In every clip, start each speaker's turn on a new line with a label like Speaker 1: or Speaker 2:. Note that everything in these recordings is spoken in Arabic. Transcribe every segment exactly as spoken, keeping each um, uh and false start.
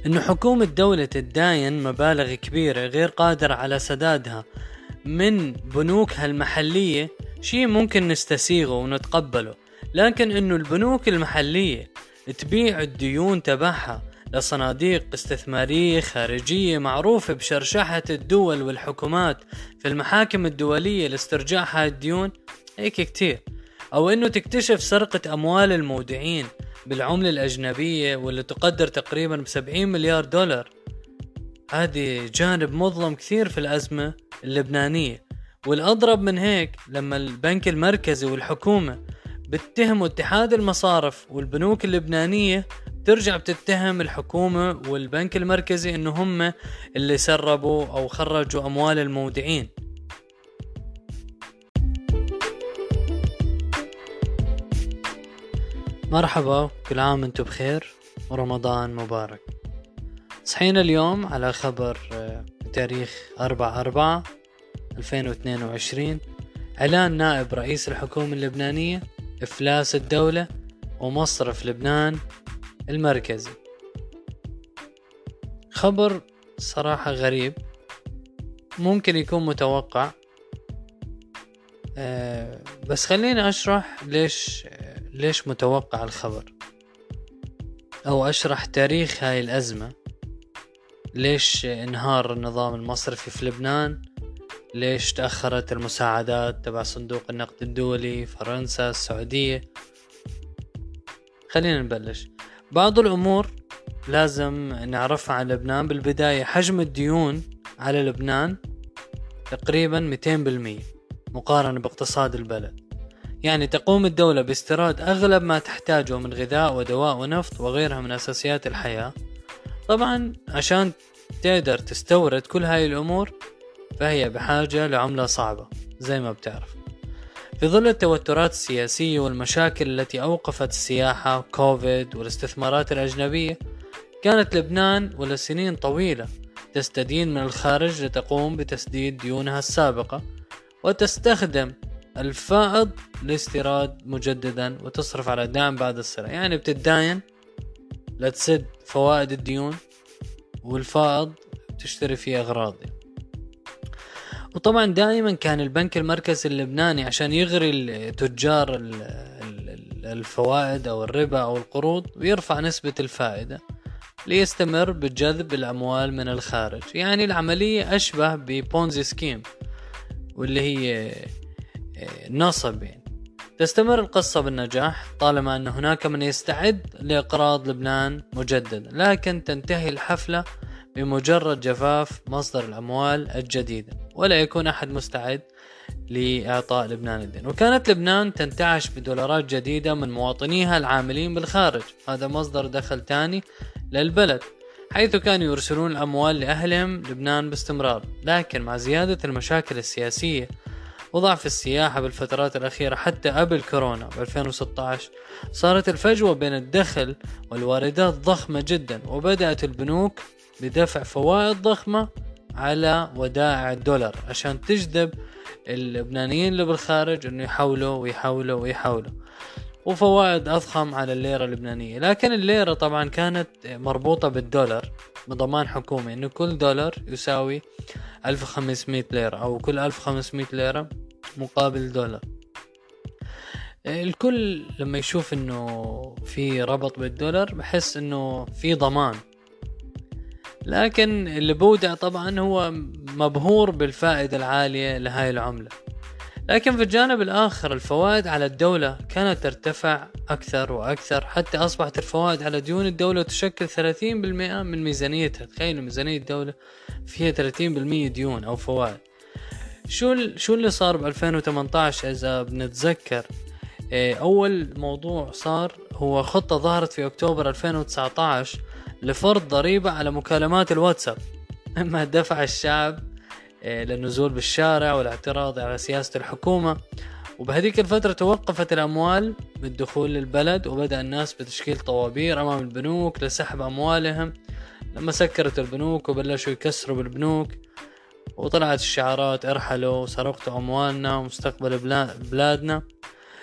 Speaker 1: إنه حكومة دولة تداين مبالغ كبيرة غير قادرة على سدادها من بنوكها المحلية شيء ممكن نستسيغه ونتقبله، لكن إنه البنوك المحلية تبيع الديون تبعها لصناديق استثمارية خارجية معروفة بشرشحة الدول والحكومات في المحاكم الدولية لاسترجاع هاي الديون، هيك كتير. أو إنه تكتشف سرقة أموال المودعين بالعملة الأجنبية واللي تقدر تقريبا بسبعين مليار دولار. هذه جانب مظلم كثير في الأزمة اللبنانية. والأضرب من هيك لما البنك المركزي والحكومة بتهموا اتحاد المصارف والبنوك اللبنانية، ترجع بتتهم الحكومة والبنك المركزي إنه هم اللي سربوا أو خرجوا أموال المودعين. مرحبا، كل عام انتم بخير ورمضان مبارك. صحينا اليوم على خبر بتاريخ أربعة أربعة ألفين واثنين وعشرين، إعلان نائب رئيس الحكومة اللبنانية إفلاس الدولة ومصرف لبنان المركزي. خبر صراحة غريب، ممكن يكون متوقع، أه بس خليني أشرح ليش ليش متوقع الخبر، أو أشرح تاريخ هاي الأزمة. ليش انهار النظام المصرفي في لبنان؟ ليش تأخرت المساعدات تبع صندوق النقد الدولي، فرنسا، السعودية؟ خلينا نبلش. بعض الأمور لازم نعرفها عن لبنان. بالبداية، حجم الديون على لبنان تقريبا مئتين بالمئة مقارنة باقتصاد البلد. يعني تقوم الدولة باستيراد أغلب ما تحتاجه من غذاء ودواء ونفط وغيرها من أساسيات الحياة. طبعا عشان تقدر تستورد كل هاي الأمور فهي بحاجة لعملة صعبة زي ما بتعرف. في ظل التوترات السياسية والمشاكل التي أوقفت السياحة، كوفيد والاستثمارات الأجنبية، كانت لبنان ولسنين طويلة تستدين من الخارج لتقوم بتسديد ديونها السابقة، وتستخدم الفائض لاستيراد مجددا وتصرف على دعم بعد الصرع. يعني بتداين لتسد فوائد الديون، والفائض بتشتري فيه أغراض. وطبعا دائما كان البنك المركزي اللبناني عشان يغري تجار الفوائد أو الربا أو القروض ويرفع نسبة الفائدة ليستمر بجذب الأموال من الخارج. يعني العملية أشبه ببونزي سكيم، واللي هي نصب. يعني تستمر القصة بالنجاح طالما أن هناك من يستعد لإقراض لبنان مجددا، لكن تنتهي الحفلة بمجرد جفاف مصدر الأموال الجديدة، ولا يكون أحد مستعد لإعطاء لبنان الدين. وكانت لبنان تنتعش بدولارات جديدة من مواطنيها العاملين بالخارج، هذا مصدر دخل تاني للبلد، حيث كانوا يرسلون الأموال لأهلهم لبنان باستمرار. لكن مع زيادة المشاكل السياسية وضعف السياحة بالفترات الأخيرة حتى قبل كورونا ب ألفين وستة عشر، صارت الفجوة بين الدخل والواردات ضخمة جدا، وبدأت البنوك بدفع فوائد ضخمة على ودائع الدولار عشان تجذب اللبنانيين اللي بالخارج انه يحولوا ويحولوا ويحولوا، وفوائد أضخم على الليرة اللبنانية. لكن الليرة طبعا كانت مربوطة بالدولار بضمان حكومي، انه كل دولار يساوي ألف وخمسمائة ليرة، او كل ألف وخمسمائة ليرة مقابل دولار. الكل لما يشوف انه في ربط بالدولار بحس انه في ضمان، لكن اللي بودع طبعا هو مبهور بالفائدة العالية لهاي العملة. لكن في الجانب الآخر الفوائد على الدولة كانت ترتفع أكثر وأكثر، حتى أصبحت الفوائد على ديون الدولة تشكل ثلاثين بالمئة من ميزانيتها. تخيلوا ميزانية الدولة فيها ثلاثين بالمئة ديون أو فوائد. شو شو اللي صار ب ألفين وثمانية عشر إذا بنتذكر؟ أول موضوع صار هو خطة ظهرت في أكتوبر ألفين وتسعة عشر لفرض ضريبة على مكالمات الواتساب، مما دفع الشعب للنزول بالشارع والاعتراض على سياسة الحكومة. وبهذيك الفترة توقفت الأموال بالدخول للبلد، وبدأ الناس بتشكيل طوابير أمام البنوك لسحب أموالهم. لما سكرت البنوك وبلشوا يكسروا بالبنوك، وطلعت الشعارات ارحلوا، سرقتوا أموالنا ومستقبل بلادنا.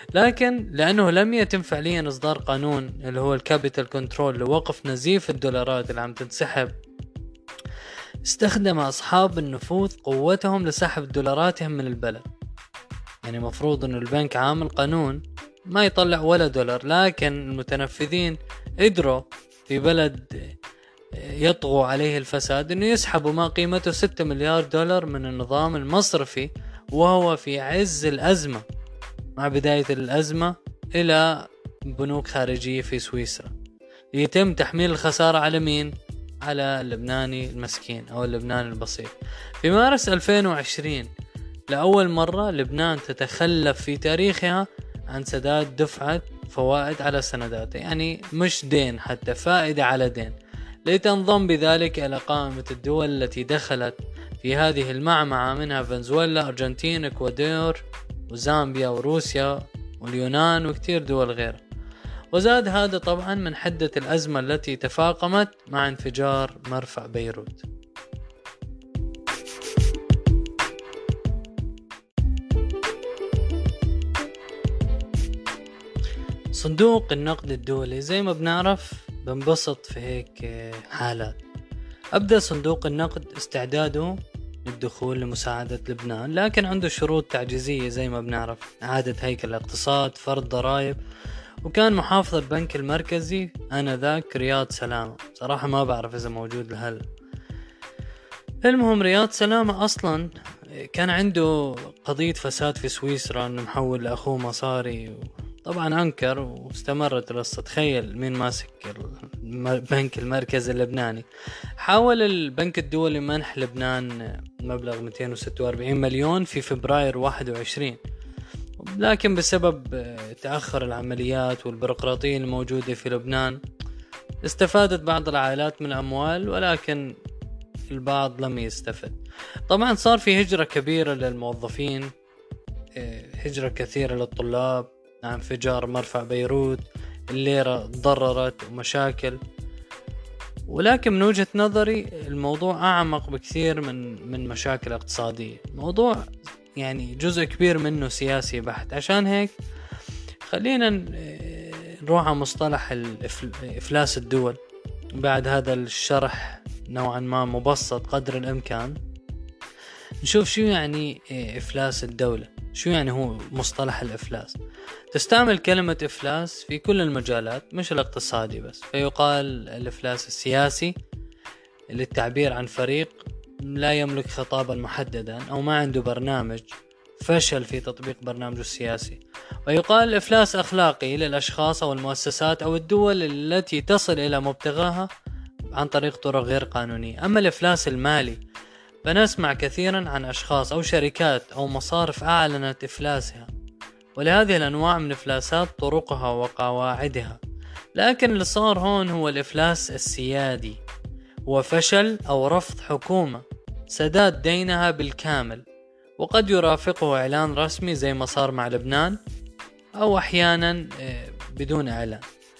Speaker 1: لكن لأنه لم يتم فعليا إصدار قانون اللي هو الكابيتال كنترول لوقف نزيف الدولارات اللي عم تنسحب، استخدم أصحاب النفوذ قوتهم لسحب دولاراتهم من البلد. يعني مفروض أن البنك عامل قانون ما يطلع ولا دولار، لكن المتنفذين قدروا في بلد يطغوا عليه الفساد أنه يسحبوا ما قيمته ستة مليار دولار من النظام المصرفي، وهو في عز الأزمة مع بداية الأزمة، إلى بنوك خارجية في سويسرا. يتم تحميل الخسارة على مين؟ على اللبناني المسكين أو اللبناني البسيط. في مارس ألفين وعشرين لأول مرة لبنان تتخلف في تاريخها عن سداد دفعة فوائد على سنداتها، يعني مش دين، حتى فائدة على دين، لتنضم بذلك إلى قائمة الدول التي دخلت في هذه المعمعة، منها فنزويلا، أرجنتين، إكوادور، وزامبيا، وروسيا، واليونان، وكتير دول غيرها. وزاد هذا طبعا من حدة الأزمة التي تفاقمت مع انفجار مرفأ بيروت. صندوق النقد الدولي زي ما بنعرف بنبسط في هيك حالات. أبدأ صندوق النقد استعداده للدخول لمساعدة لبنان، لكن عنده شروط تعجيزية زي ما بنعرف: إعادة هيكل الاقتصاد، فرض ضرائب. وكان محافظ البنك المركزي آنذاك رياض سلامة، صراحة ما بعرف إذا موجود لهلا. المهم رياض سلامة أصلا كان عنده قضية فساد في سويسرا، إنه محول لأخوه مصاري، طبعا أنكر واستمرت القصة. تخيل مين ماسك البنك المركزي اللبناني. حاول البنك الدولي منح لبنان مبلغ مئتين وستة وأربعين مليون في فبراير واحد وعشرين، لكن بسبب تأخر العمليات والبيروقراطية الموجودة في لبنان استفادت بعض العائلات من الأموال، ولكن البعض لم يستفد. طبعا صار في هجرة كبيرة للموظفين، هجرة كثيرة للطلاب، انفجار مرفأ بيروت، الليرة تضررت ومشاكل. ولكن من وجهة نظري الموضوع أعمق بكثير من من مشاكل اقتصادية. موضوع يعني جزء كبير منه سياسي بحت. عشان هيك خلينا نروح على مصطلح إفلاس الدول بعد هذا الشرح نوعا ما مبسط قدر الإمكان. نشوف شو يعني إفلاس الدولة، شو يعني هو مصطلح الإفلاس. تستعمل كلمة إفلاس في كل المجالات مش الاقتصادي بس، فيقال الإفلاس السياسي للتعبير عن فريق لا يملك خطابا محددا أو ما عنده برنامج، فشل في تطبيق برنامجه السياسي. ويقال الإفلاس أخلاقي للأشخاص أو المؤسسات أو الدول التي تصل إلى مبتغاها عن طريق طرق غير قانونية. أما الإفلاس المالي فنسمع كثيرا عن أشخاص أو شركات أو مصارف أعلنت إفلاسها، ولهذه الأنواع من إفلاسات طرقها وقواعدها. لكن اللي صار هون هو الإفلاس السيادي، هو فشل أو رفض حكومة سداد دينها بالكامل، وقد يرافقه إعلان رسمي زي ما صار مع لبنان، أو أحيانا بدون إعلان،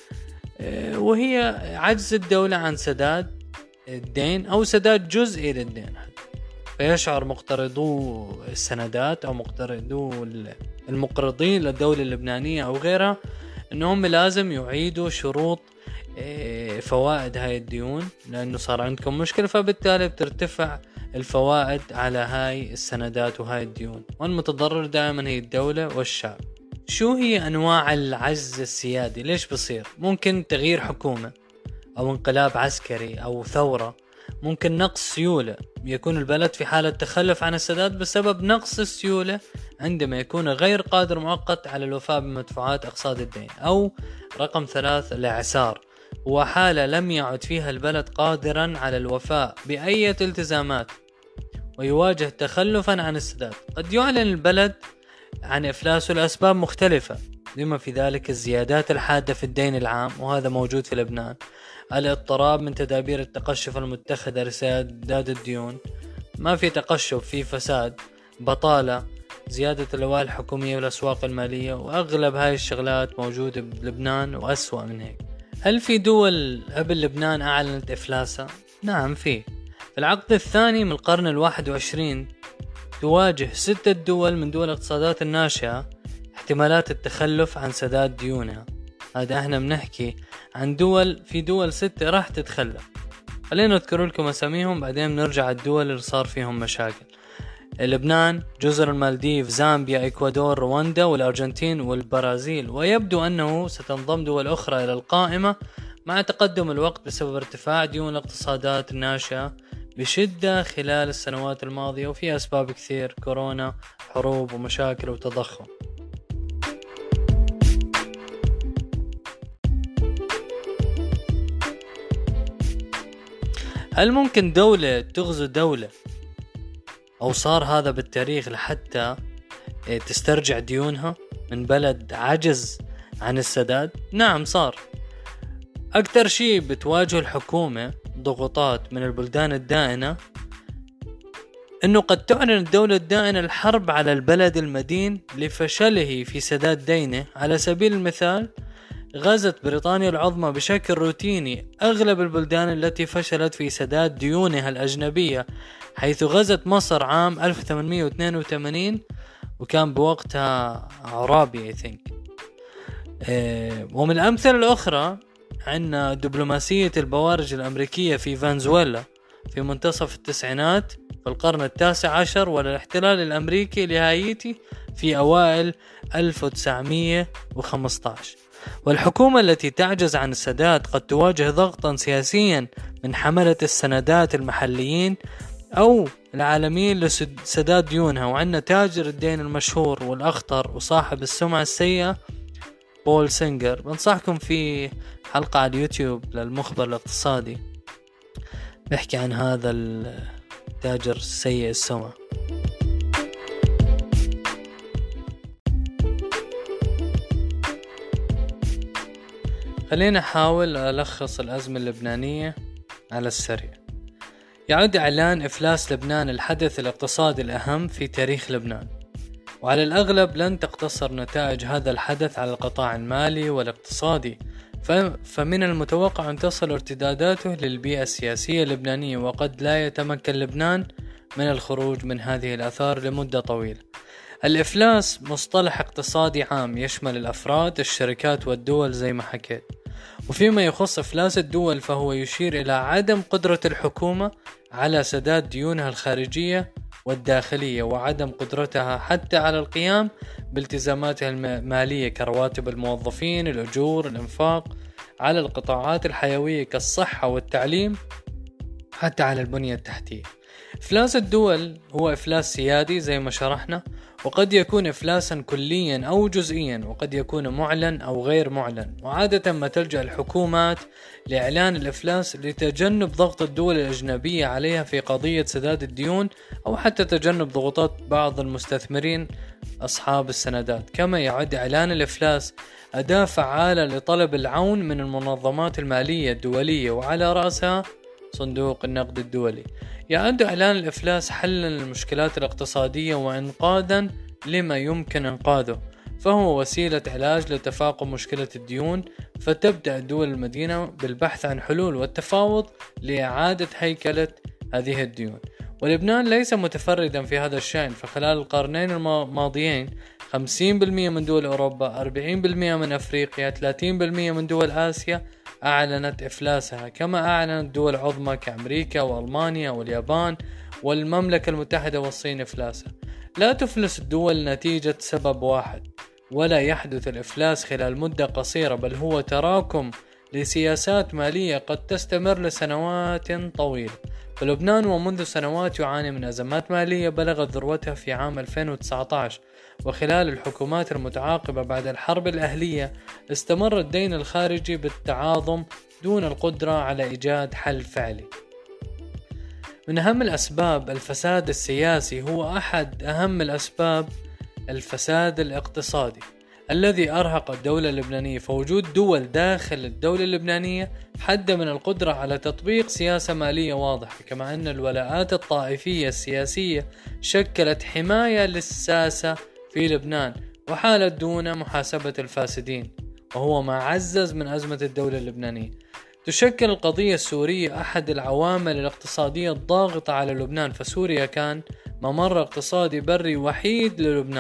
Speaker 1: وهي عجز الدولة عن سداد الدين أو سداد جزئي للدين. فيشعر مقترضو السندات أو مقترضو المقرضين للدولة اللبنانية أو غيرها أنهم لازم يعيدوا شروط فوائد هاي الديون، لأنه صار عندكم مشكلة، فبالتالي بترتفع الفوائد على هاي السندات وهاي الديون، والمتضرر دائما هي الدولة والشعب. شو هي أنواع العجز السيادي؟ ليش بصير؟ ممكن تغيير حكومة أو انقلاب عسكري أو ثورة، ممكن نقص سيولة، يكون البلد في حالة تخلف عن السداد بسبب نقص السيولة عندما يكون غير قادر مؤقت على الوفاء بمدفوعات أقساط الدين. أو رقم ثلاث الإعسار، هو حالة لم يعد فيها البلد قادرا على الوفاء بأي التزامات ويواجه تخلفا عن السداد. قد يعلن البلد عن إفلاسه لأسباب مختلفة، بما في ذلك الزيادات الحادة في الدين العام، وهذا موجود في لبنان، الاضطراب من تدابير التقشف المتخذة لسداد الديون، ما في تقشف، في فساد، بطالة، زيادة الأموال الحكومية والأسواق المالية، وأغلب هاي الشغلات موجودة بلبنان وأسوأ من هيك. هل في دول قبل لبنان أعلنت إفلاسها؟ نعم في. في العقد الثاني من القرن الواحد وعشرين تواجه ستة دول من دول الاقتصادات الناشئة احتمالات التخلف عن سداد ديونها. هذا احنا بنحكي عن دول، في دول ستة راح تتخلف. خلينا نذكر لكم اساميهم بعدين نرجع الدول اللي صار فيهم مشاكل. لبنان، جزر المالديف، زامبيا، إكوادور، رواندا، والأرجنتين والبرازيل. ويبدو أنه ستنضم دول أخرى إلى القائمة مع تقدم الوقت بسبب ارتفاع ديون الاقتصادات الناشئة بشدة خلال السنوات الماضية، وفي أسباب كثير: كورونا، حروب ومشاكل وتضخم. هل ممكن دولة تغزو دولة، أو صار هذا بالتاريخ، لحتى تسترجع ديونها من بلد عجز عن السداد؟ نعم صار. أكثر شيء بتواجه الحكومة ضغوطات من البلدان الدائنة أنه قد تعلن الدولة الدائنة الحرب على البلد المدين لفشله في سداد دينه. على سبيل المثال، غزت بريطانيا العظمى بشكل روتيني أغلب البلدان التي فشلت في سداد ديونها الأجنبية، حيث غزت مصر عام ألف وثمانمائة واثنين وثمانين وكان بوقتها عرابي I think. اه ومن الأمثلة الأخرى عندنا دبلوماسية البوارج الأمريكية في فنزويلا في منتصف التسعينات في القرن التاسع عشر، والاحتلال الأمريكي لهايتي في أوائل ألف وتسعمائة وخمسة عشر. والحكومة التي تعجز عن السداد قد تواجه ضغطا سياسيا من حملة السندات المحليين أو العالميين لسداد ديونها. وعندنا تاجر الدين المشهور والأخطر وصاحب السمعة السيئة بول سينجر. بنصحكم في حلقة على اليوتيوب للمخبر الاقتصادي بيحكي عن هذا التاجر السيء السمعة. خلينا أحاول ألخص الأزمة اللبنانية على السريع. يعد إعلان إفلاس لبنان الحدث الاقتصادي الأهم في تاريخ لبنان، وعلى الأغلب لن تقتصر نتائج هذا الحدث على القطاع المالي والاقتصادي، فمن المتوقع أن تصل ارتداداته للبيئة السياسية اللبنانية، وقد لا يتمكن لبنان من الخروج من هذه الآثار لمدة طويلة. الإفلاس مصطلح اقتصادي عام يشمل الأفراد، الشركات والدول زي ما حكيت. وفيما يخص إفلاس الدول فهو يشير إلى عدم قدرة الحكومة على سداد ديونها الخارجية والداخلية، وعدم قدرتها حتى على القيام بالتزاماتها المالية كرواتب الموظفين، الأجور، الإنفاق على القطاعات الحيوية كالصحة والتعليم، حتى على البنية التحتية. إفلاس الدول هو إفلاس سيادي زي ما شرحنا، وقد يكون إفلاسا كليا أو جزئيا، وقد يكون معلن أو غير معلن. وعادة ما تلجأ الحكومات لإعلان الإفلاس لتجنب ضغط الدول الأجنبية عليها في قضية سداد الديون، أو حتى تجنب ضغوطات بعض المستثمرين أصحاب السندات. كما يعد إعلان الإفلاس أداة فعالة لطلب العون من المنظمات المالية الدولية، وعلى رأسها صندوق النقد الدولي. يعد إعلان الإفلاس حلا للمشكلات الاقتصادية وإنقاذا لما يمكن إنقاذه، فهو وسيلة علاج لتفاقم مشكلة الديون. فتبدأ الدول المدينة بالبحث عن حلول والتفاوض لإعادة هيكلة هذه الديون. ولبنان ليس متفردا في هذا الشأن، فخلال القرنين الماضيين خمسين بالمئة من دول أوروبا، أربعين بالمئة من أفريقيا، ثلاثين بالمئة من دول آسيا أعلنت إفلاسها، كما أعلنت دول عظمى كأمريكا وألمانيا واليابان والمملكة المتحدة والصين إفلاسها. لا تفلس الدول نتيجة سبب واحد، ولا يحدث الإفلاس خلال مدة قصيرة، بل هو تراكم لسياسات مالية قد تستمر لسنوات طويلة. فلبنان ومنذ سنوات يعاني من أزمات مالية بلغت ذروتها في عام ألفين وتسعة عشر، وخلال الحكومات المتعاقبة بعد الحرب الأهلية استمر الدين الخارجي بالتعاظم دون القدرة على إيجاد حل فعلي. من أهم الأسباب الفساد السياسي، هو أحد أهم الأسباب الفساد الاقتصادي الذي أرهق الدولة اللبنانية. فوجود دول داخل الدولة اللبنانية حد من القدرة على تطبيق سياسة مالية واضحة، كما أن الولاءات الطائفية السياسية شكلت حماية للساسة في لبنان وحالت دون محاسبة الفاسدين، وهو ما عزز من أزمة الدولة اللبنانية. تشكل القضية السورية أحد العوامل الاقتصادية الضاغطة على لبنان، فسوريا كان ممر اقتصادي بري وحيد للبنان،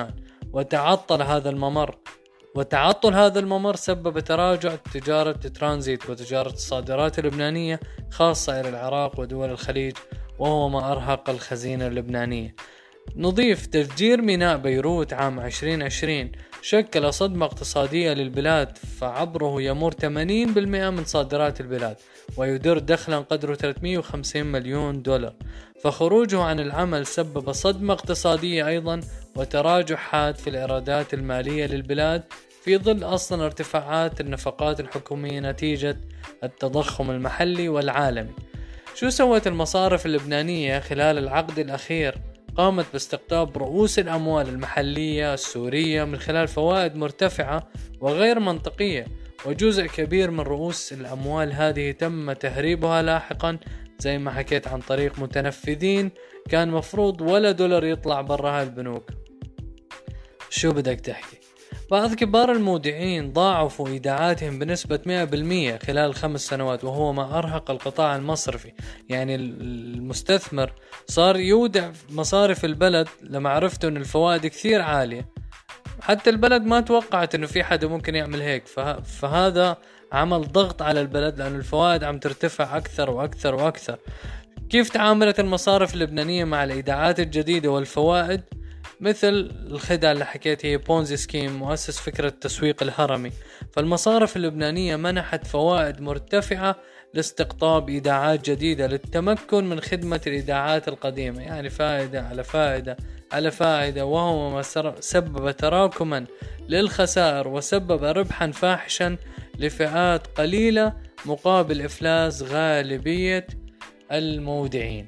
Speaker 1: وتعطل هذا الممر، وتعطل هذا الممر سبب تراجع تجارة ترانزيت وتجارة الصادرات اللبنانية خاصة إلى العراق ودول الخليج، وهو ما أرهق الخزينة اللبنانية. نضيف تفجير ميناء بيروت عام عشرين عشرين شكل صدمة اقتصادية للبلاد، فعبره يمر ثمانين بالمئة من صادرات البلاد ويدر دخلا قدره ثلاثمئة وخمسين مليون دولار. فخروجه عن العمل سبب صدمة اقتصادية أيضا وتراجع حاد في الإيرادات المالية للبلاد في ظل أصلا ارتفاعات النفقات الحكومية نتيجة التضخم المحلي والعالمي. شو سوت المصارف اللبنانية خلال العقد الأخير؟ قامت باستقطاب رؤوس الأموال المحلية السورية من خلال فوائد مرتفعة وغير منطقية، وجزء كبير من رؤوس الأموال هذه تم تهريبها لاحقا زي ما حكيت عن طريق متنفذين كان مفروض ولا دولار يطلع برا هالبنوك. شو بدك تحكي؟ بعض كبار المودعين ضاعفوا إيداعاتهم بنسبة مئة بالمئة خلال خمس سنوات، وهو ما أرهق القطاع المصرفي. يعني المستثمر صار يودع مصارف البلد لما عرفتوا أن الفوائد كثير عالية، حتى البلد ما توقعت أنه في حدا ممكن يعمل هيك. فهذا عمل ضغط على البلد لأن الفوائد عم ترتفع أكثر وأكثر وأكثر. كيف تعاملت المصارف اللبنانية مع الإيداعات الجديدة والفوائد؟ مثل الخدعة اللي حكيت هي بونزي سكيم، مؤسس فكرة التسويق الهرمي. فالمصارف اللبنانية منحت فوائد مرتفعة لاستقطاب إيداعات جديدة للتمكن من خدمة الإيداعات القديمة، يعني فائدة على فائدة على فائدة، وهو ما سبب تراكما للخسائر وسبب ربحا فاحشا لفئات قليلة مقابل إفلاس غالبية المودعين.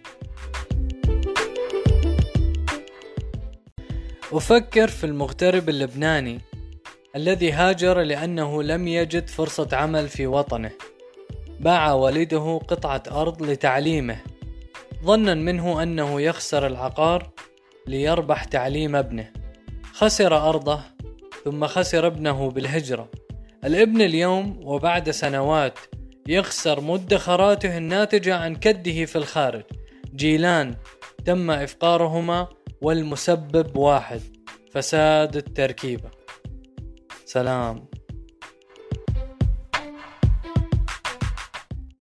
Speaker 1: أفكر في المغترب اللبناني الذي هاجر لأنه لم يجد فرصة عمل في وطنه، باع والده قطعة أرض لتعليمه ظنا منه أنه يخسر العقار ليربح تعليم ابنه، خسر أرضه ثم خسر ابنه بالهجرة. الابن اليوم وبعد سنوات يخسر مدخراته الناتجة عن كده في الخارج. جيلان تم إفقارهما والمسبب واحد، فساد التركيبة. سلام.